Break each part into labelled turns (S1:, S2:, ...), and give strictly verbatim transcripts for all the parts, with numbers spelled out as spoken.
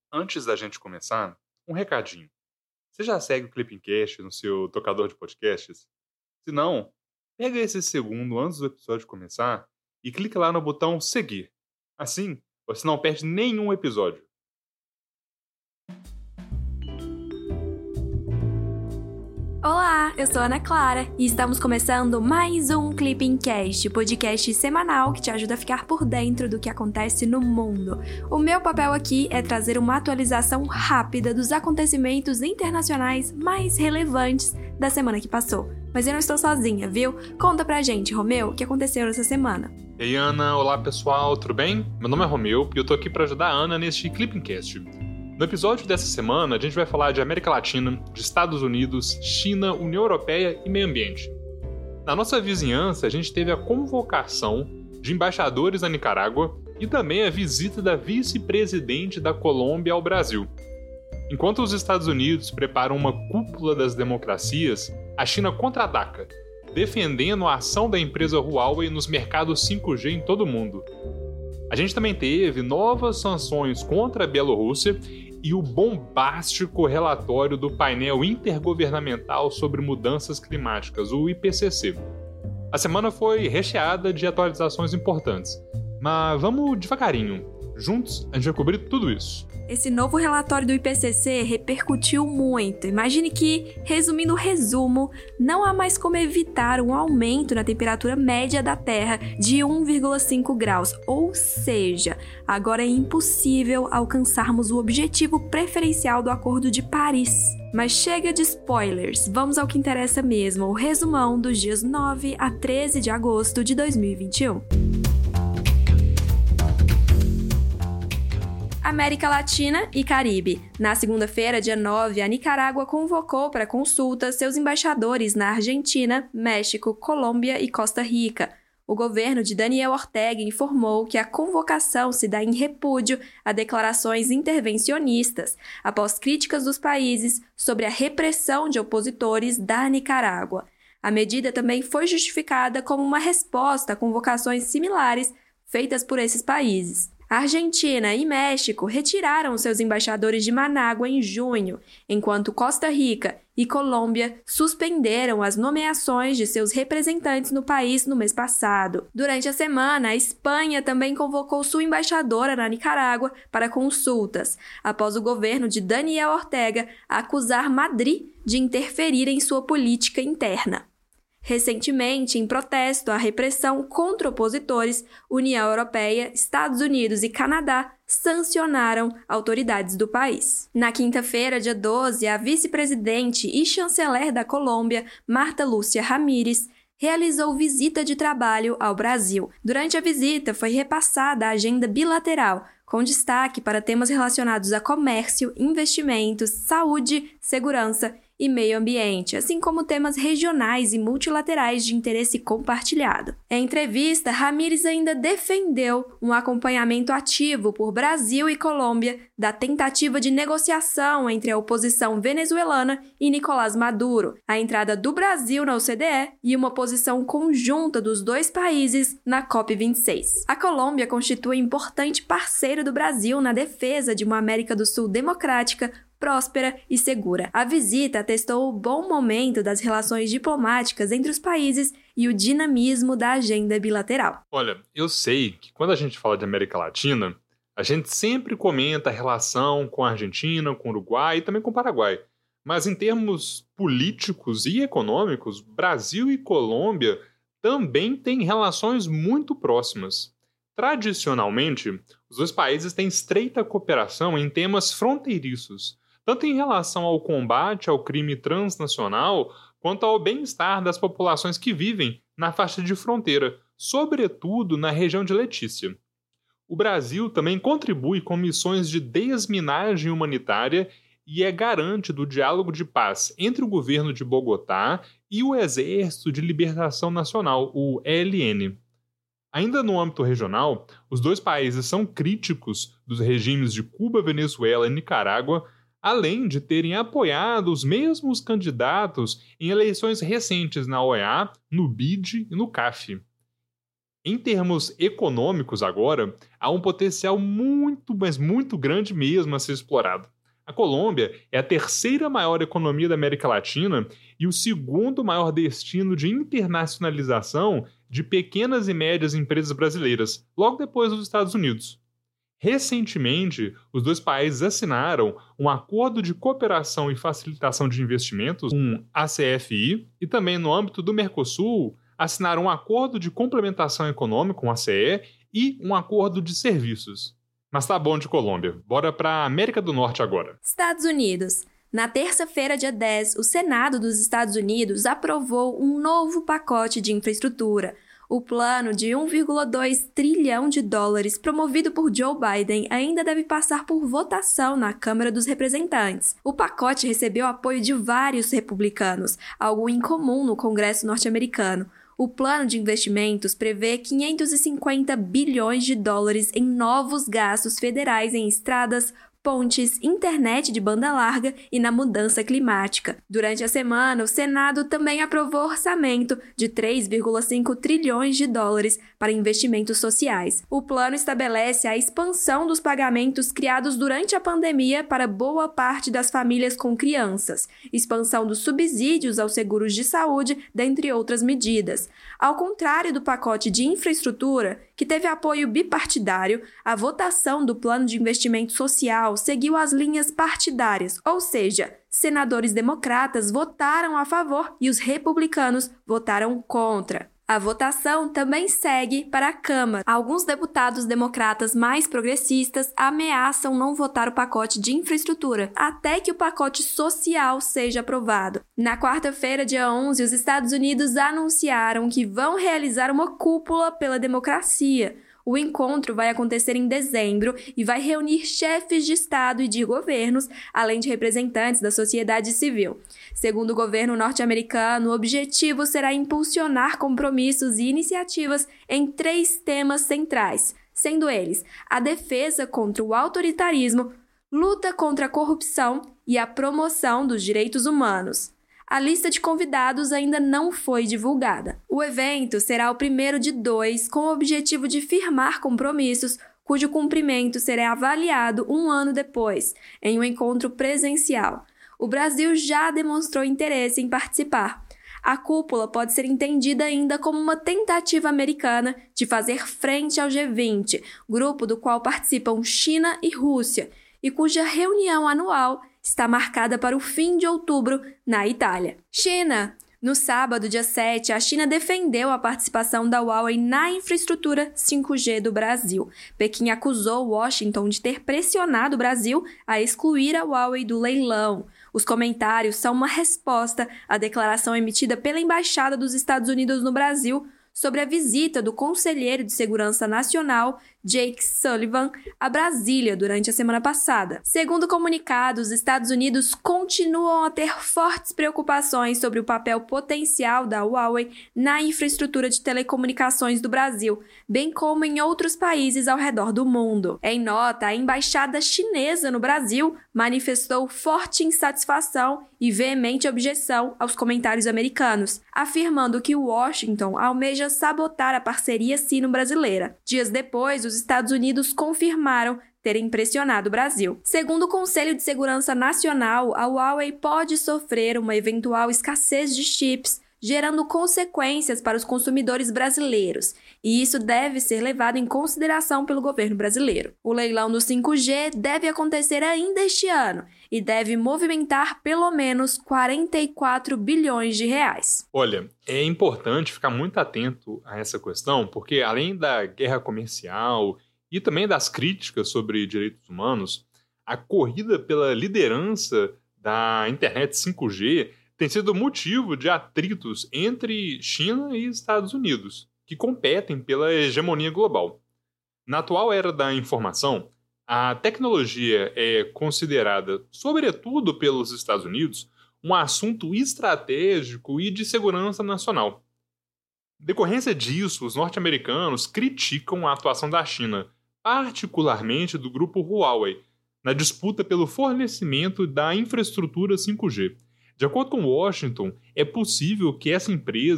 S1: Antes da gente começar, um recadinho. Você já segue o Clippingcast no seu tocador de podcasts? Se não, pega esse segundo antes do episódio começar e clica lá no botão seguir. Assim, você não perde nenhum episódio.
S2: Olá, eu sou a Ana Clara e estamos começando mais um Clippingcast, podcast semanal que te ajuda a ficar por dentro do que acontece no mundo. O meu papel aqui é trazer uma atualização rápida dos acontecimentos internacionais mais relevantes da semana que passou. Mas eu não estou sozinha, viu? Conta pra gente, Romeu, o que aconteceu nessa semana.
S1: Ei, Ana, olá pessoal, tudo bem? Meu nome é Romeu e eu tô aqui para ajudar a Ana neste Clippingcast. No episódio dessa semana, a gente vai falar de América Latina, de Estados Unidos, China, União Europeia e meio ambiente. Na nossa vizinhança, a gente teve a convocação de embaixadores na Nicarágua e também a visita da vice-presidente da Colômbia ao Brasil. Enquanto os Estados Unidos preparam uma cúpula das democracias, a China contra-ataca, defendendo a ação da empresa Huawei nos mercados cinco G em todo o mundo. A gente também teve novas sanções contra a Bielorrússia e o bombástico relatório do painel intergovernamental sobre mudanças climáticas, o I P C C. A semana foi recheada de atualizações importantes, mas vamos devagarinho. Juntos, a gente vai cobrir tudo isso.
S2: Esse novo relatório do I P C C repercutiu muito. Imagine que, resumindo o resumo, não há mais como evitar um aumento na temperatura média da Terra de um vírgula cinco graus. Ou seja, agora é impossível alcançarmos o objetivo preferencial do Acordo de Paris. Mas chega de spoilers, vamos ao que interessa mesmo, o resumão dos dias nove a treze de agosto de dois mil e vinte e um. América Latina e Caribe. Na segunda-feira, dia nove, a Nicarágua convocou para consulta seus embaixadores na Argentina, México, Colômbia e Costa Rica. O governo de Daniel Ortega informou que a convocação se dá em repúdio a declarações intervencionistas, após críticas dos países sobre a repressão de opositores da Nicarágua. A medida também foi justificada como uma resposta a convocações similares feitas por esses países. A Argentina e México retiraram seus embaixadores de Manágua em junho, enquanto Costa Rica e Colômbia suspenderam as nomeações de seus representantes no país no mês passado. Durante a semana, a Espanha também convocou sua embaixadora na Nicarágua para consultas, após o governo de Daniel Ortega acusar Madrid de interferir em sua política interna. Recentemente, em protesto à repressão contra opositores, União Europeia, Estados Unidos e Canadá sancionaram autoridades do país. Na quinta-feira, dia doze, a vice-presidente e chanceler da Colômbia, Marta Lúcia Ramírez, realizou visita de trabalho ao Brasil. Durante a visita, foi repassada a agenda bilateral, com destaque para temas relacionados a comércio, investimentos, saúde, segurança e meio ambiente, assim como temas regionais e multilaterais de interesse compartilhado. Em entrevista, Ramírez ainda defendeu um acompanhamento ativo por Brasil e Colômbia da tentativa de negociação entre a oposição venezuelana e Nicolás Maduro, a entrada do Brasil na O C D E e uma posição conjunta dos dois países na COP vinte e seis. A Colômbia constitui importante parceiro do Brasil na defesa de uma América do Sul democrática, próspera e segura. A visita atestou o bom momento das relações diplomáticas entre os países e o dinamismo da agenda bilateral.
S1: Olha, eu sei que quando a gente fala de América Latina, a gente sempre comenta a relação com a Argentina, com o Uruguai e também com o Paraguai. Mas em termos políticos e econômicos, Brasil e Colômbia também têm relações muito próximas. Tradicionalmente, os dois países têm estreita cooperação em temas fronteiriços, tanto em relação ao combate ao crime transnacional, quanto ao bem-estar das populações que vivem na faixa de fronteira, sobretudo na região de Letícia. O Brasil também contribui com missões de desminagem humanitária e é garante do diálogo de paz entre o governo de Bogotá e o Exército de Libertação Nacional, o E L N. Ainda no âmbito regional, os dois países são críticos dos regimes de Cuba, Venezuela e Nicarágua, além de terem apoiado os mesmos candidatos em eleições recentes na O E A, no B I D e no C A F. Em termos econômicos agora, há um potencial muito, mas muito grande mesmo a ser explorado. A Colômbia é a terceira maior economia da América Latina e o segundo maior destino de internacionalização de pequenas e médias empresas brasileiras, logo depois dos Estados Unidos. Recentemente, os dois países assinaram um acordo de cooperação e facilitação de investimentos, um A C F I, e também no âmbito do Mercosul, assinaram um acordo de complementação econômica, um A C E, e um acordo de serviços. Mas tá bom de Colômbia, bora pra América do Norte agora.
S2: Estados Unidos. Na terça-feira, dia dez, o Senado dos Estados Unidos aprovou um novo pacote de infraestrutura. O plano de um vírgula dois trilhão de dólares promovido por Joe Biden ainda deve passar por votação na Câmara dos Representantes. O pacote recebeu apoio de vários republicanos, algo incomum no Congresso norte-americano. O plano de investimentos prevê quinhentos e cinquenta bilhões de dólares em novos gastos federais em estradas, pontes, internet de banda larga e na mudança climática. Durante a semana, o Senado também aprovou orçamento de três vírgula cinco trilhões de dólares para investimentos sociais. O plano estabelece a expansão dos pagamentos criados durante a pandemia para boa parte das famílias com crianças, expansão dos subsídios aos seguros de saúde, dentre outras medidas. Ao contrário do pacote de infraestrutura, que teve apoio bipartidário, a votação do plano de investimento social seguiu as linhas partidárias, ou seja, senadores democratas votaram a favor e os republicanos votaram contra. A votação também segue para a Câmara. Alguns deputados democratas mais progressistas ameaçam não votar o pacote de infraestrutura até que o pacote social seja aprovado. Na quarta-feira, dia onze, os Estados Unidos anunciaram que vão realizar uma cúpula pela democracia. O encontro vai acontecer em dezembro e vai reunir chefes de Estado e de governos, além de representantes da sociedade civil. Segundo o governo norte-americano, o objetivo será impulsionar compromissos e iniciativas em três temas centrais, sendo eles a defesa contra o autoritarismo, luta contra a corrupção e a promoção dos direitos humanos. A lista de convidados ainda não foi divulgada. O evento será o primeiro de dois, com o objetivo de firmar compromissos, cujo cumprimento será avaliado um ano depois, em um encontro presencial. O Brasil já demonstrou interesse em participar. A cúpula pode ser entendida ainda como uma tentativa americana de fazer frente ao G vinte, grupo do qual participam China e Rússia, e cuja reunião anual está marcada para o fim de outubro na Itália. China. No sábado, dia sete, a China defendeu a participação da Huawei na infraestrutura cinco G do Brasil. Pequim acusou Washington de ter pressionado o Brasil a excluir a Huawei do leilão. Os comentários são uma resposta à declaração emitida pela Embaixada dos Estados Unidos no Brasil sobre a visita do Conselheiro de Segurança Nacional, Jake Sullivan, a Brasília durante a semana passada. Segundo o comunicado, os Estados Unidos continuam a ter fortes preocupações sobre o papel potencial da Huawei na infraestrutura de telecomunicações do Brasil, bem como em outros países ao redor do mundo. Em nota, a Embaixada Chinesa no Brasil manifestou forte insatisfação e veemente objeção aos comentários americanos, afirmando que Washington almeja sabotar a parceria sino-brasileira. Dias depois, os Estados Unidos confirmaram terem pressionado o Brasil. Segundo o Conselho de Segurança Nacional, a Huawei pode sofrer uma eventual escassez de chips, gerando consequências para os consumidores brasileiros, e isso deve ser levado em consideração pelo governo brasileiro. O leilão do cinco G deve acontecer ainda este ano e deve movimentar pelo menos quarenta e quatro bilhões de reais.
S1: Olha, é importante ficar muito atento a essa questão, porque além da guerra comercial e também das críticas sobre direitos humanos, a corrida pela liderança da internet cinco G tem sido motivo de atritos entre China e Estados Unidos, que competem pela hegemonia global. Na atual era da informação, a tecnologia é considerada, sobretudo pelos Estados Unidos, um assunto estratégico e de segurança nacional. Em decorrência disso, os norte-americanos criticam a atuação da China, particularmente do grupo Huawei, na disputa pelo fornecimento da infraestrutura cinco G. De acordo com Washington, é possível que essa empresa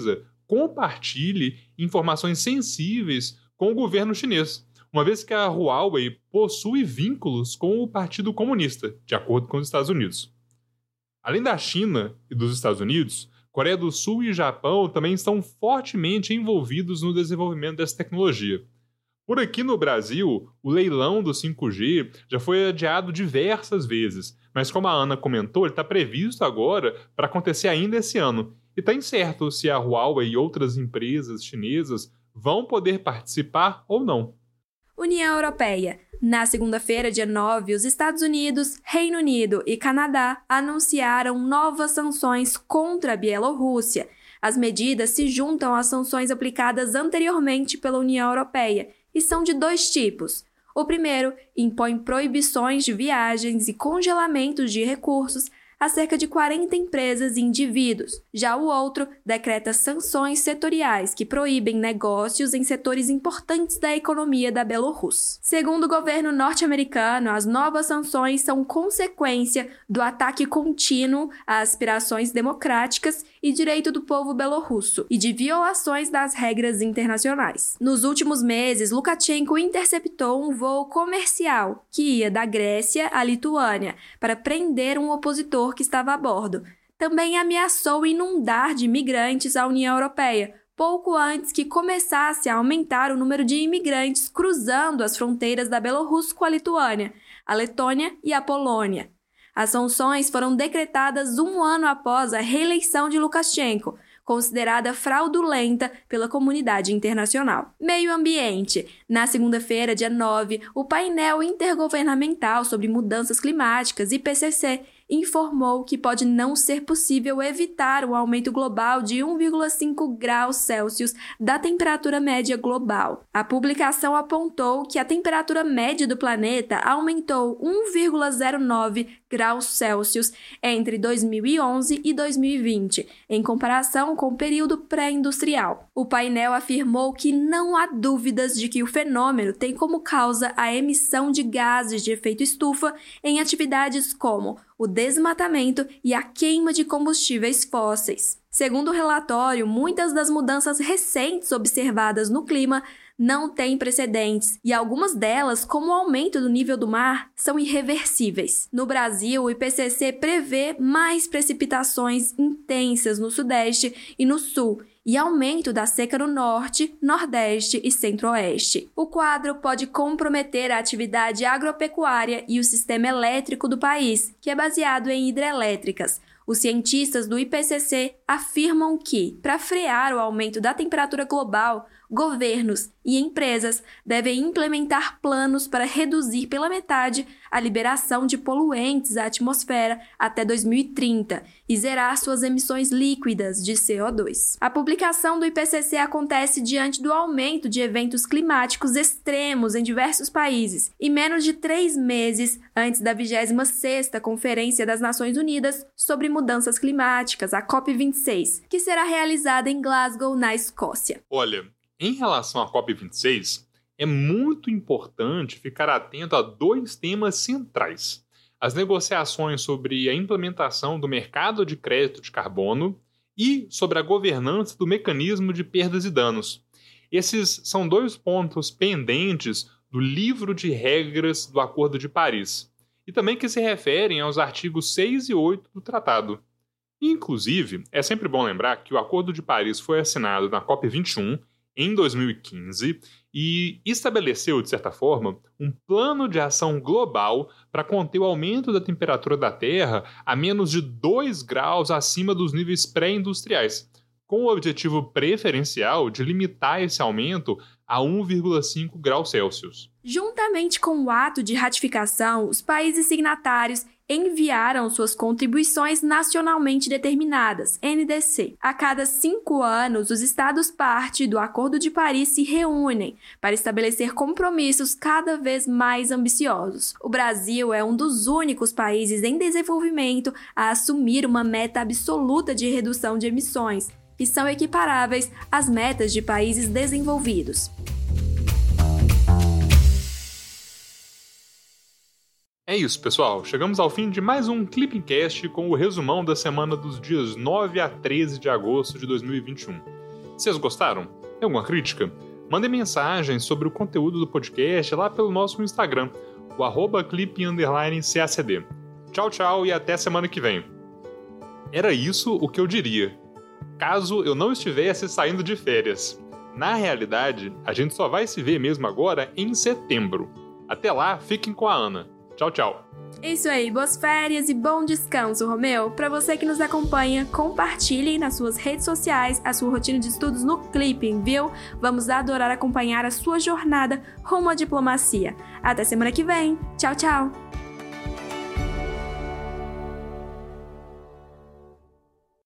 S1: compartilhe informações sensíveis com o governo chinês, uma vez que a Huawei possui vínculos com o Partido Comunista, de acordo com os Estados Unidos. Além da China e dos Estados Unidos, Coreia do Sul e Japão também estão fortemente envolvidos no desenvolvimento dessa tecnologia. Por aqui no Brasil, o leilão do cinco G já foi adiado diversas vezes, mas como a Ana comentou, ele está previsto agora para acontecer ainda esse ano. E está incerto se a Huawei e outras empresas chinesas vão poder participar ou não.
S2: União Europeia. Na segunda-feira, dia nove, os Estados Unidos, Reino Unido e Canadá anunciaram novas sanções contra a Bielorrússia. As medidas se juntam às sanções aplicadas anteriormente pela União Europeia e são de dois tipos. O primeiro impõe proibições de viagens e congelamentos de recursos a cerca de quarenta empresas e indivíduos. Já o outro decreta sanções setoriais que proíbem negócios em setores importantes da economia da Bielorrússia. Segundo o governo norte-americano, as novas sanções são consequência do ataque contínuo às aspirações democráticas e direito do povo belorrusso e de violações das regras internacionais. Nos últimos meses, Lukashenko interceptou um voo comercial que ia da Grécia à Lituânia para prender um opositor que estava a bordo. Também ameaçou inundar de imigrantes a União Europeia, pouco antes que começasse a aumentar o número de imigrantes cruzando as fronteiras da Bielorrússia com a Lituânia, a Letônia e a Polônia. As sanções foram decretadas um ano após a reeleição de Lukashenko, considerada fraudulenta pela comunidade internacional. Meio Ambiente. Na segunda-feira, dia nove, o painel intergovernamental sobre mudanças climáticas, I P C C, informou que pode não ser possível evitar o aumento global de um vírgula cinco graus Celsius da temperatura média global. A publicação apontou que a temperatura média do planeta aumentou um vírgula zero nove graus Celsius entre dois mil e onze e dois mil e vinte, em comparação com o período pré-industrial. O painel afirmou que não há dúvidas de que o fenômeno tem como causa a emissão de gases de efeito estufa em atividades como o desmatamento e a queima de combustíveis fósseis. Segundo o relatório, muitas das mudanças recentes observadas no clima não têm precedentes, e algumas delas, como o aumento do nível do mar, são irreversíveis. No Brasil, o I P C C prevê mais precipitações intensas no Sudeste e no Sul, e aumento da seca no Norte, Nordeste e Centro-Oeste. O quadro pode comprometer a atividade agropecuária e o sistema elétrico do país, que é baseado em hidrelétricas. Os cientistas do I P C C afirmam que, para frear o aumento da temperatura global, governos e empresas devem implementar planos para reduzir pela metade a liberação de poluentes à atmosfera até dois mil e trinta e zerar suas emissões líquidas de C O dois. A publicação do I P C C acontece diante do aumento de eventos climáticos extremos em diversos países e menos de três meses antes da vigésima sexta Conferência das Nações Unidas sobre Mudanças Climáticas, a COP vinte e seis, que será realizada em Glasgow, na Escócia.
S1: Olha, em relação à COP vinte e seis, é muito importante ficar atento a dois temas centrais: as negociações sobre a implementação do mercado de crédito de carbono e sobre a governança do mecanismo de perdas e danos. Esses são dois pontos pendentes do livro de regras do Acordo de Paris, e também que se referem aos artigos seis e oito do tratado. Inclusive, é sempre bom lembrar que o Acordo de Paris foi assinado na COP vinte e um, em dois mil e quinze, e estabeleceu, de certa forma, um plano de ação global para conter o aumento da temperatura da Terra a menos de dois graus acima dos níveis pré-industriais, com o objetivo preferencial de limitar esse aumento a um vírgula cinco graus Celsius.
S2: Juntamente com o ato de ratificação, os países signatários enviaram suas contribuições nacionalmente determinadas, N D C. A cada cinco anos, os Estados-parte do Acordo de Paris se reúnem para estabelecer compromissos cada vez mais ambiciosos. O Brasil é um dos únicos países em desenvolvimento a assumir uma meta absoluta de redução de emissões, que são equiparáveis às metas de países desenvolvidos.
S1: É isso, pessoal. Chegamos ao fim de mais um Clippingcast com o resumão da semana dos dias nove a treze de agosto de dois mil e vinte e um. Vocês gostaram? Tem alguma crítica? Mandem mensagem sobre o conteúdo do podcast lá pelo nosso Instagram, o arroba clipe underline cacd. Tchau, tchau e até semana que vem. Era isso o que eu diria, caso eu não estivesse saindo de férias. Na realidade, a gente só vai se ver mesmo agora em setembro. Até lá, fiquem com a Ana. Tchau, tchau.
S2: Isso aí, boas férias e bom descanso, Romeu. Para você que nos acompanha, compartilhe nas suas redes sociais a sua rotina de estudos no Clipping, viu? Vamos adorar acompanhar a sua jornada rumo à diplomacia. Até semana que vem. Tchau, tchau.